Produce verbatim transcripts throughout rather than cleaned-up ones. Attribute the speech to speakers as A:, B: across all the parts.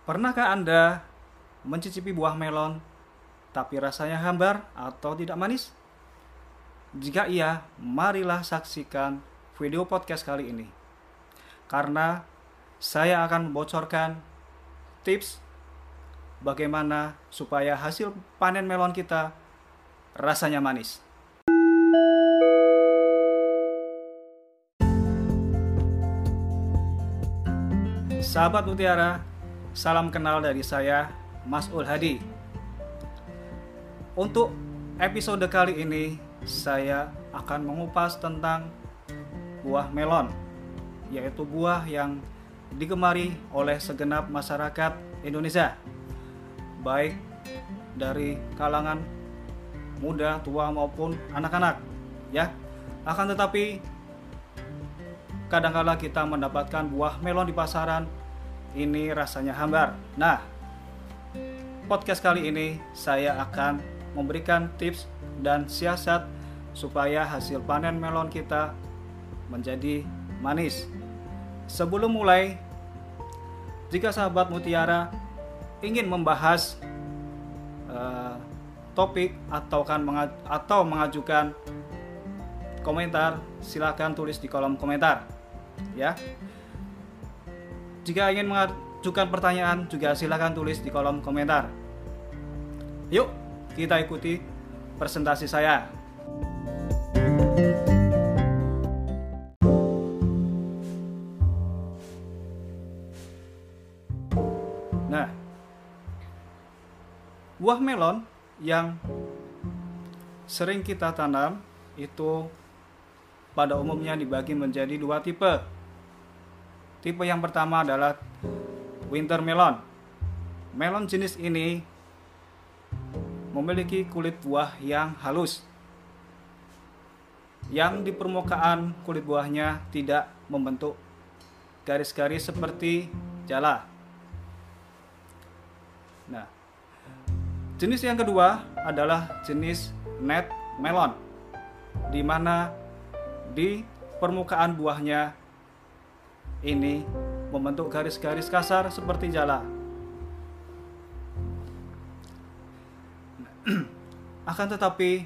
A: Pernahkah Anda mencicipi buah melon tapi rasanya hambar atau tidak manis? Jika iya, marilah saksikan video podcast kali ini. Karena saya akan membocorkan tips bagaimana supaya hasil panen melon kita rasanya manis. Sahabat Mutiara, salam kenal dari saya, Mas Ul Hadi. Untuk episode kali ini, saya akan mengupas tentang buah melon, yaitu buah yang digemari oleh segenap masyarakat Indonesia, baik dari kalangan muda, tua maupun anak-anak, ya. Akan tetapi kadang-kala kita mendapatkan buah melon di pasaran ini rasanya hambar. Nah, podcast kali ini saya akan memberikan tips dan siasat supaya hasil panen melon kita menjadi manis. Sebelum mulai, jika sahabat Mutiara ingin membahas uh, topik atau kan mengaj- atau mengajukan komentar, silakan tulis di kolom komentar, ya. Jika ingin mengajukan pertanyaan juga silakan tulis di kolom komentar. Yuk, kita ikuti presentasi saya. Nah, buah melon yang sering kita tanam itu pada umumnya dibagi menjadi dua tipe. Tipe yang pertama adalah winter melon. Melon jenis ini memiliki kulit buah yang halus, yang di permukaan kulit buahnya tidak membentuk garis-garis seperti jala. Nah, jenis yang kedua adalah jenis net melon, di mana di permukaan buahnya ini membentuk garis-garis kasar seperti jala. Akan tetapi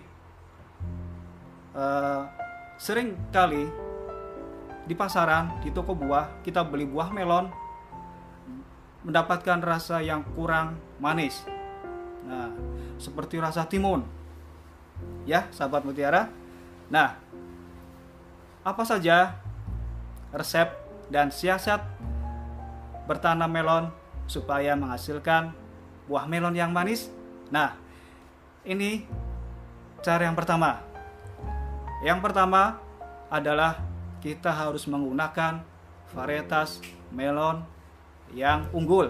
A: uh, sering kali di pasaran, di toko buah, kita beli buah melon mendapatkan rasa yang kurang manis. Nah, seperti rasa timun. Ya, sahabat Mutiara. Nah, apa saja resep dan siasat bertanam melon supaya menghasilkan buah melon yang manis? Nah, ini cara yang pertama. Yang pertama adalah kita harus menggunakan varietas melon yang unggul.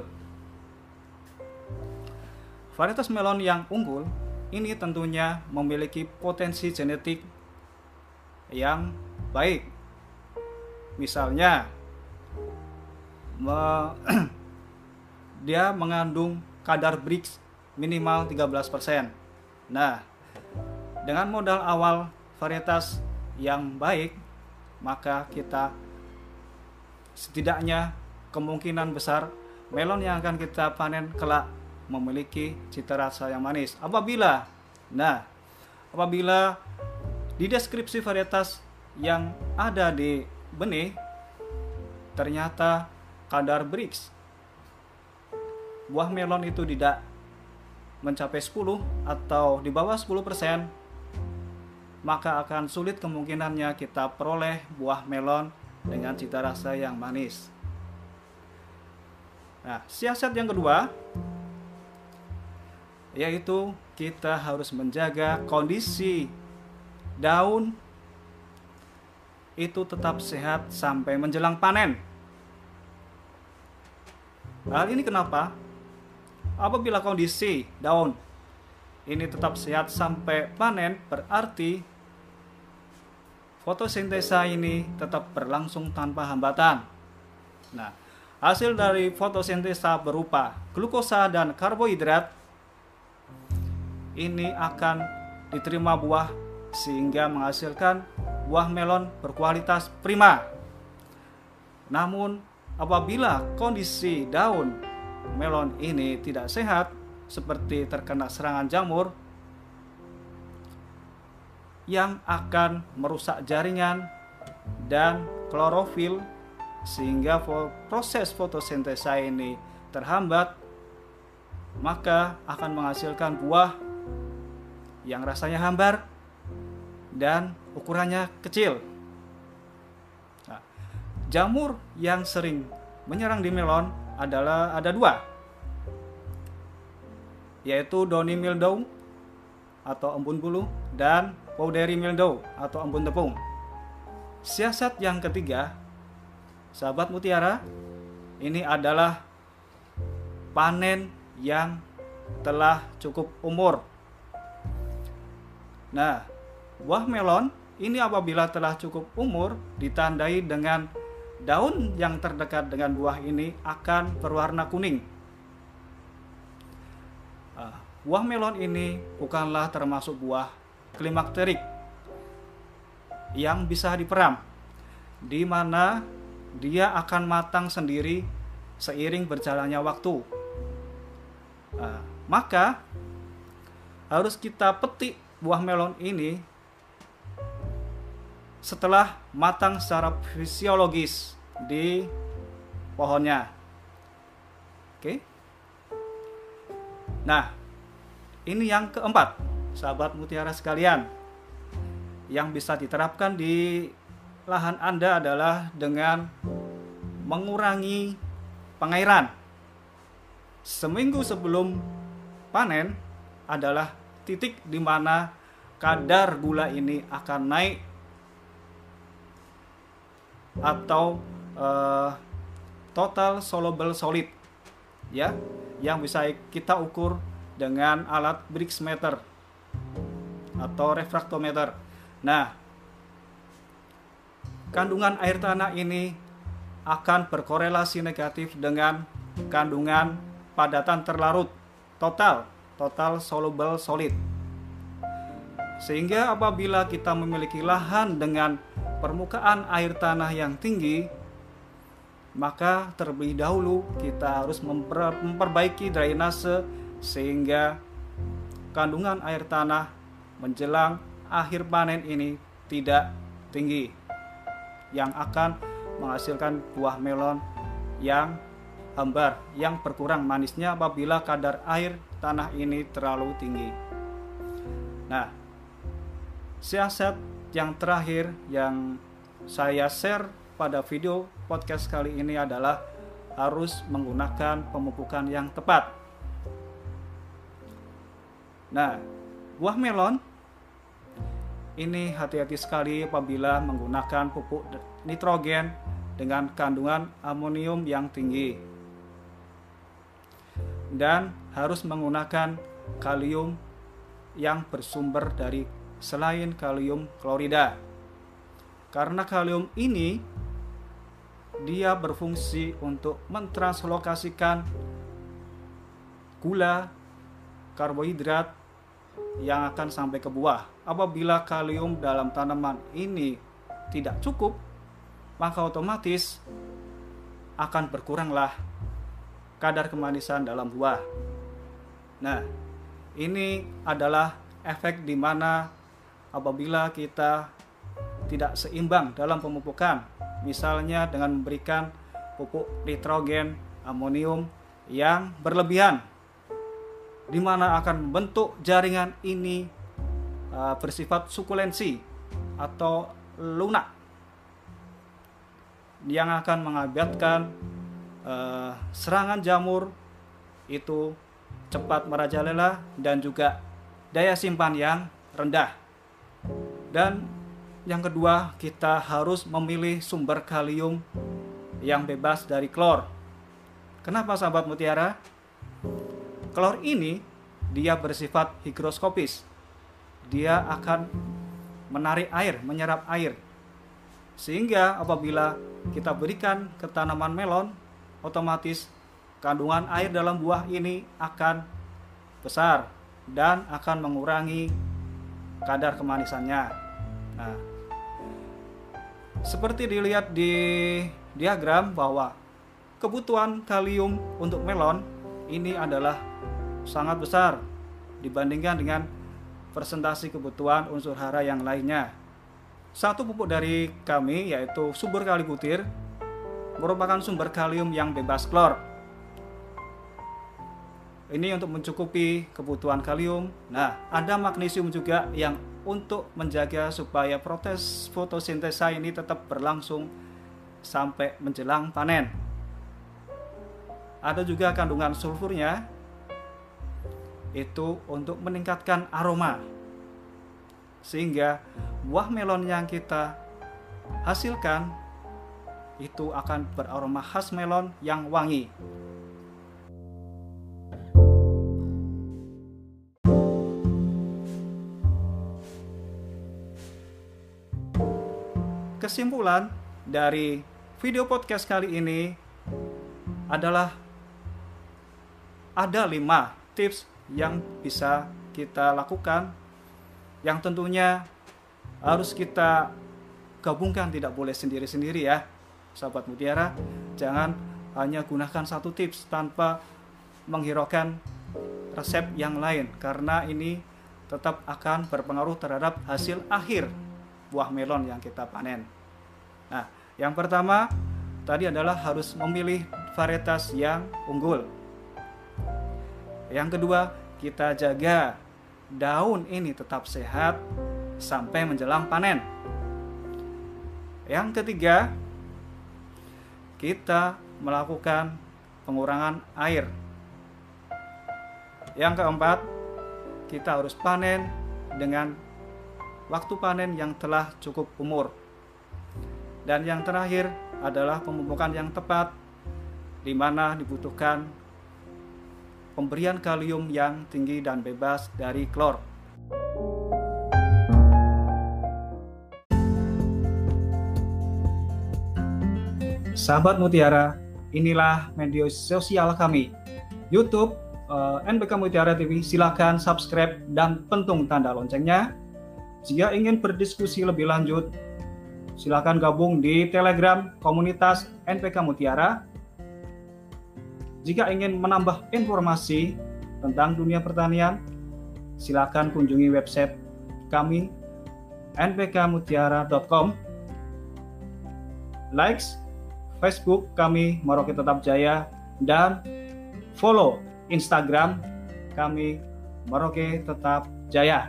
A: Varietas melon yang unggul ini tentunya memiliki potensi genetik yang baik. Misalnya, me- dia mengandung kadar Brix minimal tiga belas persen. Nah, dengan modal awal varietas yang baik, maka kita setidaknya kemungkinan besar melon yang akan kita panen kelak memiliki cita rasa yang manis. Apabila, nah, apabila di deskripsi varietas yang ada di benih ternyata kadar Brix buah melon itu tidak mencapai sepuluh atau di bawah sepuluh persen, maka akan sulit kemungkinannya kita peroleh buah melon dengan cita rasa yang manis. Nah, siasat yang kedua yaitu kita harus menjaga kondisi daun itu tetap sehat sampai menjelang panen. Hal ini kenapa? Apabila kondisi daun ini tetap sehat sampai panen, berarti fotosintesa ini tetap berlangsung tanpa hambatan. Nah, hasil dari fotosintesa berupa glukosa dan karbohidrat ini akan diterima buah sehingga menghasilkan buah melon berkualitas prima. Namun apabila kondisi daun melon ini tidak sehat, seperti terkena serangan jamur yang akan merusak jaringan dan klorofil, sehingga proses fotosintesa ini terhambat, maka akan menghasilkan buah yang rasanya hambar dan ukurannya kecil. Nah, jamur yang sering menyerang di melon adalah ada dua, yaitu downy mildew atau embun bulu dan powdery mildew atau embun tepung. Siasat yang ketiga, sahabat mutiara, ini adalah panen yang telah cukup umur. Nah, buah melon ini apabila telah cukup umur ditandai dengan daun yang terdekat dengan buah ini akan berwarna kuning. Buah melon ini bukanlah termasuk buah klimakterik yang bisa diperam, di mana dia akan matang sendiri seiring berjalannya waktu. Nah, maka harus kita petik buah melon ini setelah matang secara fisiologis di pohonnya. Oke. Nah, ini yang keempat, sahabat mutiara sekalian, yang bisa diterapkan di lahan Anda adalah dengan mengurangi pengairan. Seminggu sebelum panen adalah titik di mana kadar gula ini akan naik atau uh, total soluble solid, ya, yang bisa kita ukur dengan alat Brix meter atau refraktometer. Nah, kandungan air tanah ini akan berkorelasi negatif dengan kandungan padatan terlarut total total soluble solid. Sehingga apabila kita memiliki lahan dengan permukaan air tanah yang tinggi, maka terlebih dahulu kita harus memper, memperbaiki drainase sehingga kandungan air tanah menjelang akhir panen ini tidak tinggi, yang akan menghasilkan buah melon yang hambar, yang berkurang manisnya apabila kadar air tanah ini terlalu tinggi. Nah, siasat yang terakhir yang saya share pada video podcast kali ini adalah harus menggunakan pemupukan yang tepat. Nah, buah melon ini hati-hati sekali apabila menggunakan pupuk nitrogen dengan kandungan amonium yang tinggi, dan harus menggunakan kalium yang bersumber dari selain kalium klorida, karena kalium ini dia berfungsi untuk mentranslokasikan gula, karbohidrat yang akan sampai ke buah. Apabila kalium dalam tanaman ini tidak cukup, maka otomatis akan berkuranglah kadar kemanisan dalam buah. Nah, ini adalah efek di mana apabila kita tidak seimbang dalam pemupukan, misalnya dengan memberikan pupuk nitrogen, amonium yang berlebihan, di mana akan membentuk jaringan ini uh, bersifat sukulensi atau lunak, yang akan mengakibatkan uh, serangan jamur itu cepat merajalela dan juga daya simpan yang rendah. Dan yang kedua, kita harus memilih sumber kalium yang bebas dari klor. Kenapa sahabat mutiara? Klor ini dia bersifat higroskopis. Dia akan menarik air, menyerap air. Sehingga apabila kita berikan ke tanaman melon, otomatis kandungan air dalam buah ini akan besar dan akan mengurangi kadar kemanisannya. Nah, seperti dilihat di diagram bahwa kebutuhan kalium untuk melon ini adalah sangat besar dibandingkan dengan presentasi kebutuhan unsur hara yang lainnya. Satu pupuk dari kami yaitu subur kali butir merupakan sumber kalium yang bebas klor. Ini untuk mencukupi kebutuhan kalium. Nah, ada magnesium juga yang untuk menjaga supaya proses fotosintesa ini tetap berlangsung sampai menjelang panen. Ada juga kandungan sulfurnya, itu untuk meningkatkan aroma, sehingga buah melon yang kita hasilkan itu akan beraroma khas melon yang wangi. Kesimpulan dari video podcast kali ini adalah ada lima tips yang bisa kita lakukan, yang tentunya harus kita gabungkan, tidak boleh sendiri-sendiri ya sahabat mutiara. Jangan hanya gunakan satu tips tanpa menghiraukan resep yang lain, karena ini tetap akan berpengaruh terhadap hasil akhir buah melon yang kita panen. Nah, yang pertama tadi adalah harus memilih varietas yang unggul. Yang kedua, kita jaga daun ini tetap sehat sampai menjelang panen. Yang ketiga, kita melakukan pengurangan air. Yang keempat, kita harus panen dengan waktu panen yang telah cukup umur. Dan yang terakhir adalah pemupukan yang tepat, di mana dibutuhkan pemberian kalium yang tinggi dan bebas dari klor. Sahabat mutiara, inilah media sosial kami, YouTube uh, N P K Mutiara T V. Silakan subscribe dan pentung tanda loncengnya. Jika ingin berdiskusi lebih lanjut, silakan gabung di Telegram komunitas N P K Mutiara. Jika ingin menambah informasi tentang dunia pertanian, silakan kunjungi website kami n p k mutiara dot com. Likes Facebook kami Merauke Tetap Jaya, dan follow Instagram kami Merauke Tetap Jaya.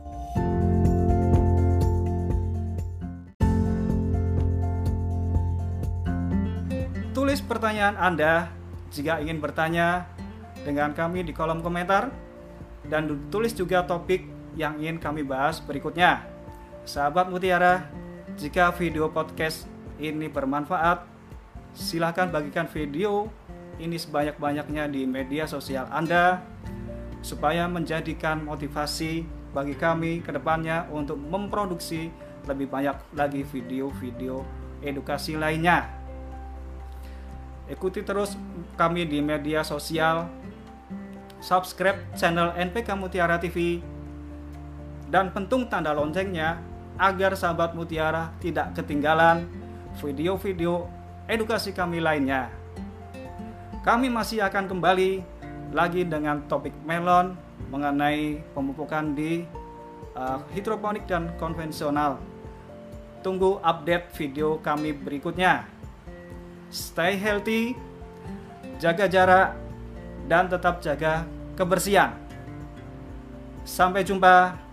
A: Tulis pertanyaan Anda jika ingin bertanya dengan kami di kolom komentar, dan tulis juga topik yang ingin kami bahas berikutnya. Sahabat mutiara, jika video podcast ini bermanfaat, silakan bagikan video ini sebanyak-banyaknya di media sosial Anda, supaya menjadikan motivasi bagi kami ke depannya untuk memproduksi lebih banyak lagi video-video edukasi lainnya. Ikuti terus kami di media sosial, subscribe channel N P K Mutiara T V, dan pentung tanda loncengnya agar sahabat mutiara tidak ketinggalan video-video edukasi kami lainnya. Kami masih akan kembali lagi dengan topik melon mengenai pemupukan di uh, hidroponik dan konvensional. Tunggu update video kami berikutnya. Stay healthy, jaga jarak, dan tetap jaga kebersihan. Sampai jumpa.